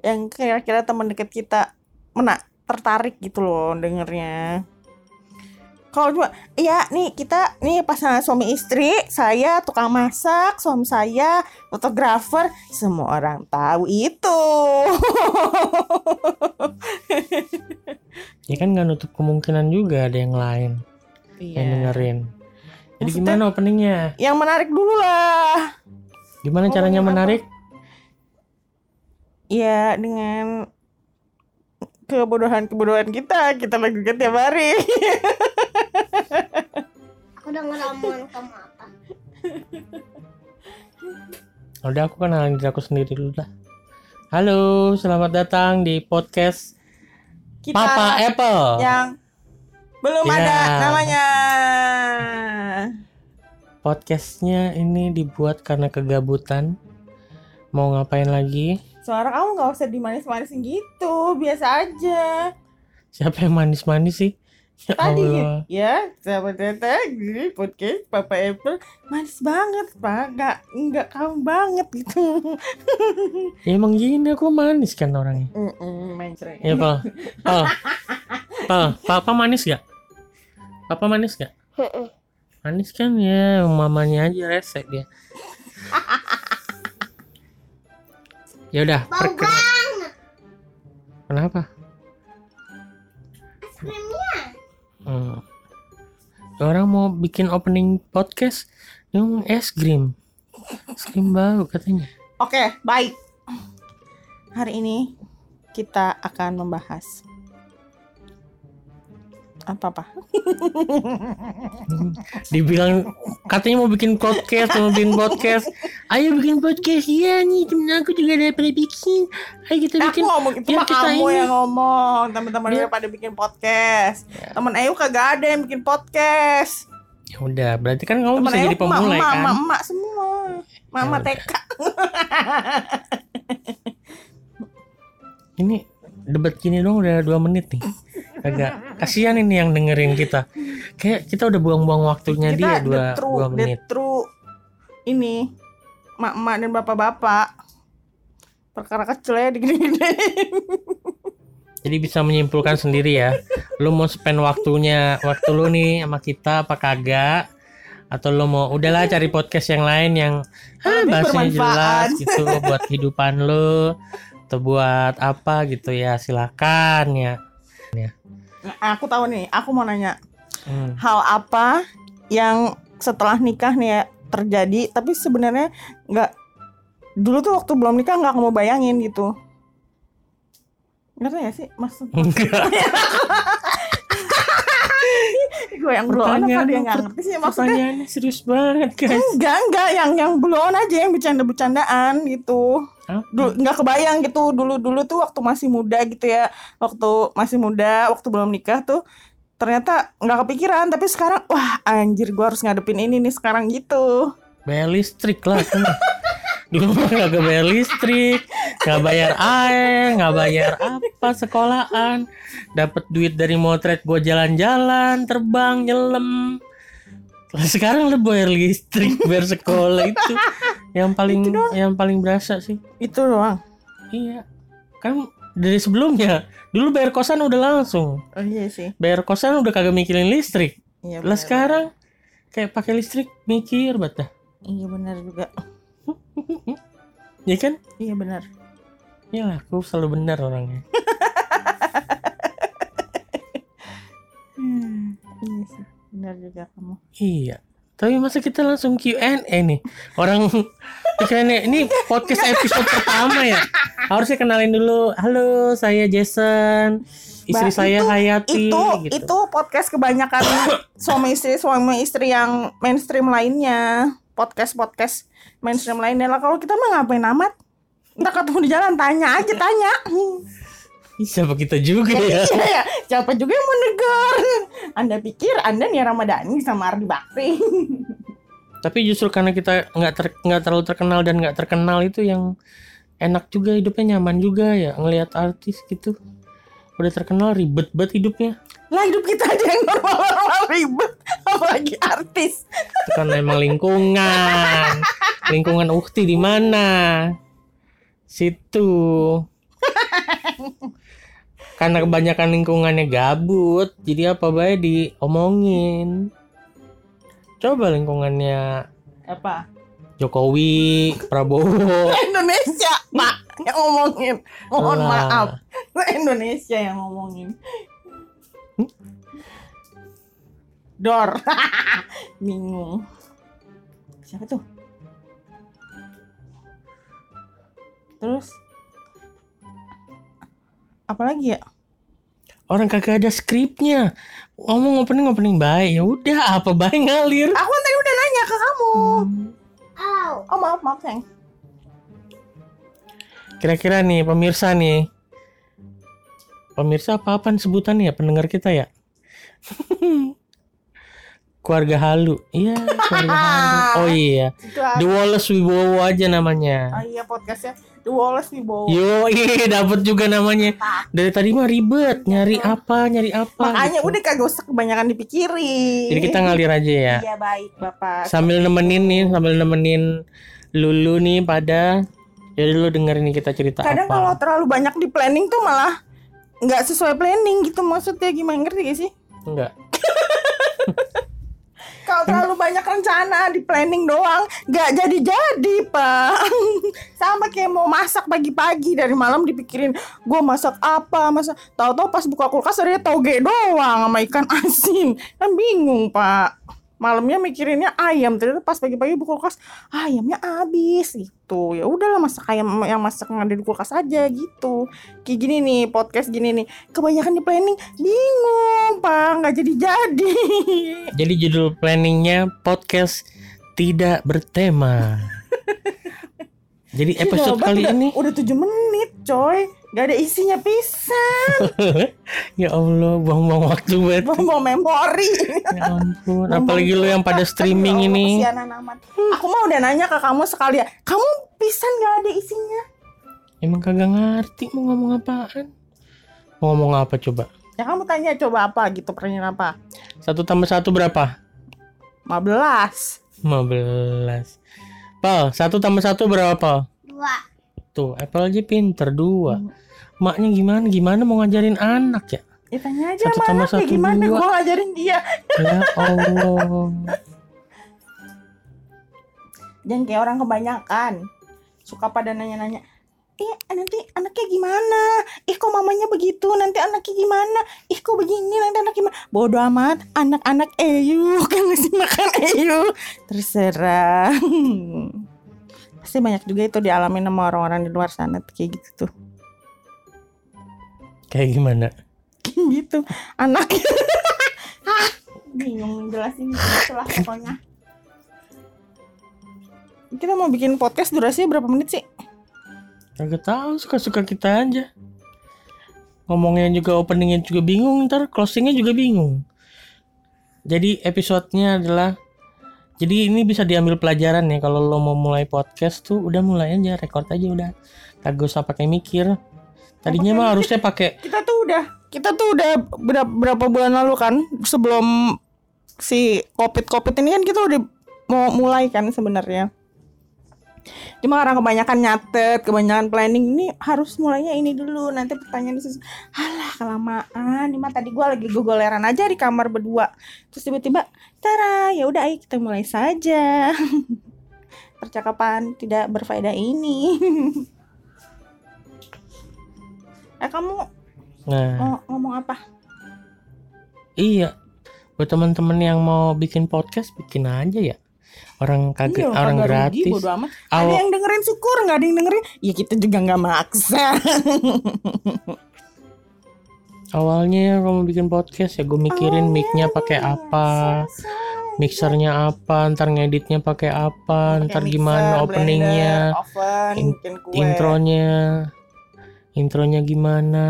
yang kira-kira teman dekat kita tertarik gitu loh dengernya. Kalau cuma iya nih kita nih pasangan suami istri, saya tukang masak, suami saya fotografer, semua orang tahu itu. Ya kan nggak nutup kemungkinan juga ada yang lain yang dengerin. Jadi maksudnya, gimana openingnya? Yang menarik dulu lah. Gimana caranya menarik? Ya dengan kebodohan kita lakukan tiap hari. Aku denger omongan kamu apa? Udah, aku kenalin diri aku sendiri dulu lah. Halo, selamat datang di podcast kita Papa Apple yang belum ada namanya. Podcastnya ini dibuat karena kegabutan. Mau ngapain lagi? Suara kamu gak usah dimanis-manisin gitu, biasa aja. Siapa yang manis-manis sih? Ya tadi Allah. Ya, selamat datang di podcast Papa Apple. Manis banget, Pak. Enggak kamu banget gitu. Ya emang gini aku manis kan orangnya. Main cerai. Ya, Pak. Papa manis gak? Papa manis gak? Manis kan ya, mamanya aja rese dia. Ya udah, kenapa? Es krimnya. Orang mau bikin opening podcast yang es krim baru katanya. Oke, baik. Hari ini kita akan membahas apa? Dibilang katanya mau bikin podcast. Ayo bikin podcast. Iya nih, temen aku juga ada pada bikin. Ayo kita bikin. Aku ngomong itu mah kamu yang ngomong. Teman-teman gue pada bikin podcast. Ya. Temen Ayu kagak ada yang bikin podcast. Ya udah, berarti kan kamu bisa jadi pemulai kan? Emak semua. Mama TK. Ini debat gini dong udah 2 menit nih. Agak kasihan ini yang dengerin kita. Kayak kita udah buang-buang waktunya kita dia 2 menit. True ini mak-mak dan bapak-bapak. Perkara kecil ya digini-gini. Jadi bisa menyimpulkan sendiri ya. Lu mau spend waktu lu nih sama kita apa kagak? Atau lu mau udahlah cari podcast yang lain yang bahasanya jelas gitu buat kehidupan lu atau buat apa gitu ya, silakan ya. Nah, aku tahu nih, aku mau nanya. Hal apa yang setelah nikah nih ya terjadi tapi sebenarnya enggak dulu tuh waktu belum nikah enggak kamu bayangin gitu. Ngerti gak sih maksudnya? Enggak. Gue yang blow on apa dia gak ngerti sih maksudnya. Pertanyaannya serius banget guys. Enggak yang blow on aja, yang bercanda-bercandaan gitu. Nggak kebayang gitu dulu tuh waktu masih muda gitu ya, waktu belum nikah tuh ternyata nggak kepikiran, tapi sekarang wah anjir gue harus ngadepin ini nih sekarang gitu. Bayar listrik lah kan. Dulu mah nggak bayar listrik, nggak bayar air, nggak bayar apa sekolahan, dapat duit dari motret gue jalan-jalan, terbang, nyelam. Sekarang lu bayar listrik, bayar sekolah itu yang paling berasa sih. Itu doang. Iya. Kan dari sebelumnya, dulu bayar kosan udah langsung. Oh iya sih. Bayar kosan udah kagak mikirin listrik. Iya, lah sekarang kayak pakai listrik mikir banget dah. Iya benar juga. Iya kan? Iya benar. Iyalah, aku selalu benar orangnya. Iya sih. Benar juga kamu. Iya. Tapi masa kita langsung Q&A nih? Orang Q&A ini podcast episode pertama ya. Harusnya kenalin dulu. Halo, saya Jason. Istri saya Hayati. Itu podcast kebanyakan suami istri yang mainstream lainnya. Podcast mainstream lainnya lah. Kalau kita mah ngapain amat? Entah ketemu di jalan tanya. Siapa kita juga ya? Iya, siapa juga yang mau negur? Anda pikir Anda nih Ramadhani sama Ardi Bakri? Tapi justru karena kita nggak terlalu terkenal dan nggak terkenal itu yang enak juga hidupnya, nyaman juga ya ngelihat artis gitu. Udah terkenal ribet banget hidupnya. Lah hidup kita aja yang normal ribet, apalagi artis. Itu kan emang lingkungan ukti di mana? Situ. Karena kebanyakan lingkungannya gabut, jadi apa baik diomongin. Coba lingkungannya Apa? Jokowi, Prabowo. Indonesia, Pak, yang ngomongin. Mohon Lah. maaf. Indonesia yang ngomongin. Dor. Bingung. Siapa tuh? Terus apalagi ya? Orang kagak ada skripnya. Ngomong opening baik. Ya udah, apa baik ngalir. Aku kan tadi udah nanya ke kamu. Au. Oh maaf sayang. Kira-kira nih pemirsa nih. Pemirsa apa-apaan sebutannya ya pendengar kita ya? Keluarga halu. Iya, keluarga halu. Oh iya. Itu The Wallace Wibowo aja namanya. Oh iya podcastnya The Wallace Wibowo. Yo, dapat juga namanya. Dari tadi mah ribet, nyari apa. Makanya gitu. udah kagak usah kebanyakan dipikirin. Jadi kita ngalir aja ya. Iya baik Bapak. Sambil nemenin Lulu nih pada. Jadi lu dengerin nih kita cerita Kadang apa. kalau terlalu banyak di planning tuh malah nggak sesuai planning gitu, maksudnya gimana, ngerti gak sih? Enggak. Kalau terlalu banyak rencana di planning doang nggak jadi Pak. Sama kayak mau masak pagi-pagi, dari malam dipikirin gue masak apa, tahu-tahu pas buka kulkas ada toge doang sama ikan asin, kan bingung Pak. Malamnya mikirinnya ayam, ternyata pas pagi-pagi buka kulkas ayamnya habis gitu. Ya udahlah masak ayam yang masak yang ada di kulkas aja gitu. Kayak gini nih, podcast gini nih, kebanyakan di planning bingung Pak, nggak jadi. Jadi judul planningnya podcast tidak bertema. Jadi episode kali ini udah 7 menit coy, gak ada isinya pisan. ya Allah, buang-buang waktu banget. Mau memori. Ya ampun, apalagi lu yang pada streaming Ya Allah, ini. kesianan amat. Aku mau udah nanya ke kamu sekali ya, kamu pisan gak ada isinya? Emang kagak ngerti mau ngomong apaan. Mau ngomong apa coba? Ya kamu tanya coba apa gitu, pertanyaan apa? 1 tambah 1 berapa? 15. 15. Pal, 1 tambah 1 berapa, Pal? 2. Tuh, Apple aja pinter 2. Maknya gimana mau ngajarin anak ya? Ya tanya aja 1 sama tambah anaknya 1 gimana 2. gue ngajarin dia. Ya Allah. Jangan kayak orang kebanyakan suka pada nanya-nanya, nanti anaknya gimana? Kok mamanya begitu? Nanti anaknya gimana? Kok begini? Nanti anak gimana? Bodoh amat, anak-anak kan ngasih makan terserah. Pasti banyak juga itu dialamin sama orang-orang di luar sana kayak gitu tuh. Kayak gimana? Gitu anaknya. Bingung jelasin itulah pokoknya. Kita mau bikin podcast durasinya berapa menit sih? Kagak tahu, suka-suka kita aja. Ngomongnya juga, openingnya juga bingung, ntar closingnya juga bingung. Jadi episodenya adalah, jadi ini bisa diambil pelajaran ya, kalau lo mau mulai podcast tuh udah mulai aja, record aja udah. Kagak usah pakai mikir. Tadinya mah harusnya pakai. Kita tuh udah berapa bulan lalu kan, sebelum si COVID ini kan kita udah mau mulai kan sebenarnya. Cuma orang kebanyakan nyatet, kebanyakan planning, ini harus mulainya ini dulu, nanti pertanyaan disusun. Alah kelamaan, ini mah tadi gue lagi gogoleran aja di kamar berdua, terus tiba-tiba tara, ya udah ayo kita mulai saja. Percakapan tidak berfaedah ini. Kamu mau ngomong apa? Iya, buat teman-teman yang mau bikin podcast, bikin aja ya. Orang kagak, orang gratis. Rugi, bodo amat. Ada yang dengerin syukur, nggak ada yang dengerin, ya kita juga nggak maksa. Awalnya ya kalau mau bikin podcast ya gue mikirin mic-nya pakai apa, mixernya apa, ntar ngeditnya pakai apa, ntar gimana openingnya, intronya gimana,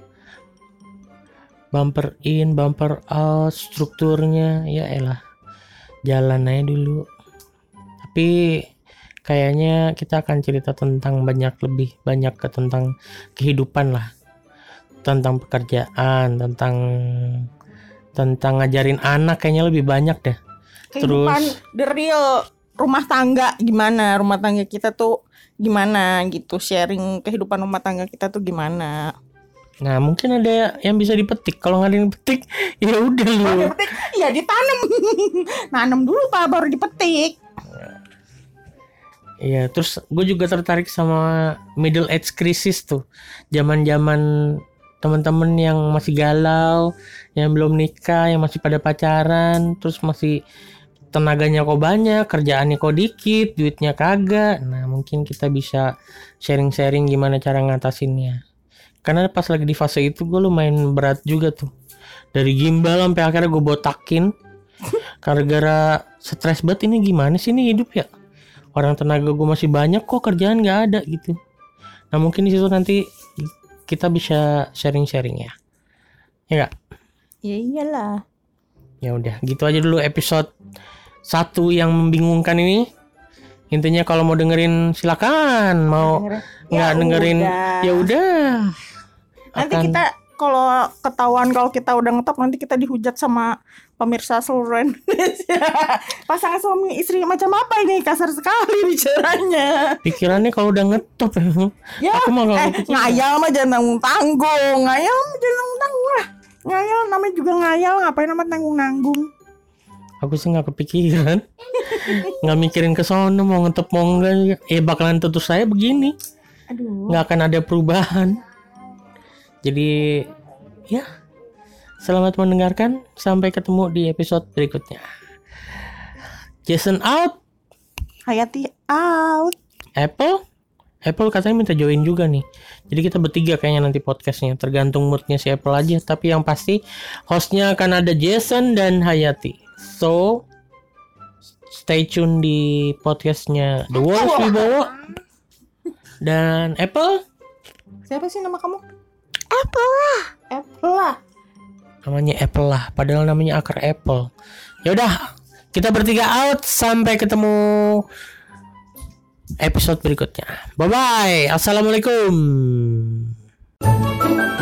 bumper in, bumper out, strukturnya, ya elah, jalan aja dulu. Tapi kayaknya kita akan cerita tentang lebih banyak tentang kehidupan lah, tentang pekerjaan, tentang ngajarin anak, kayaknya lebih banyak deh. Kehidupan the real rumah tangga, gimana rumah tangga kita tuh gimana gitu, sharing kehidupan rumah tangga kita tuh gimana. Nah mungkin ada yang bisa dipetik. Kalau nggak ada yang petik, ya udah lu. Dipetik, ya ditanam. Nanam dulu Pak baru dipetik. Iya, terus gue juga tertarik sama middle age crisis tuh. Zaman-zaman teman-teman yang masih galau, yang belum nikah, yang masih pada pacaran, terus masih tenaganya kok banyak, kerjaannya kok dikit, duitnya kagak. Nah, mungkin kita bisa sharing-sharing gimana cara ngatasinnya. Karena pas lagi di fase itu gue lumayan berat juga tuh. Dari gimbal sampai akhirnya gue botakin. Gara-gara stres banget, ini gimana sih ini hidup ya? Orang tenaga gue masih banyak kok, kerjaan nggak ada gitu. Nah mungkin di situ nanti kita bisa sharing-sharing ya. Ya nggak? Ya iyalah. Ya udah, gitu aja dulu episode 1 yang membingungkan ini. Intinya kalau mau dengerin silakan, mau nggak dengerin ya udah. Nanti kita kalau ketahuan kalau kita udah ngetop, nanti kita dihujat sama pemirsa seluruh Indonesia. Pasangan suami istri macam apa ini, kasar sekali bicaranya. Pikirannya kalau udah ngetop Ya, aku mah nggak kepikiran. ngayal mah jangan tanggung-tanggung. Ngayal mah jangan tanggung-tanggung lah. Ngayal namanya juga ngayal, ngapain amat nanggung-nanggung. Aku sih nggak kepikiran. Nggak mikirin ke sono mau ngetop mau enggak. Bakalan tutus saya begini. Aduh. Nggak akan ada perubahan. Jadi ya, selamat mendengarkan. Sampai ketemu di episode berikutnya. Jason out. Hayati out. Apple katanya minta join juga nih. Jadi kita bertiga kayaknya nanti podcastnya. Tergantung moodnya si Apple aja. Tapi yang pasti hostnya akan ada Jason dan Hayati. So stay tune di podcastnya The Wolf Wibowo dan Apple. Siapa sih nama kamu? Apple lah. Namanya Apple lah, padahal namanya akar Apple. Ya udah, kita bertiga out. Sampai ketemu episode berikutnya. Bye bye. Assalamualaikum.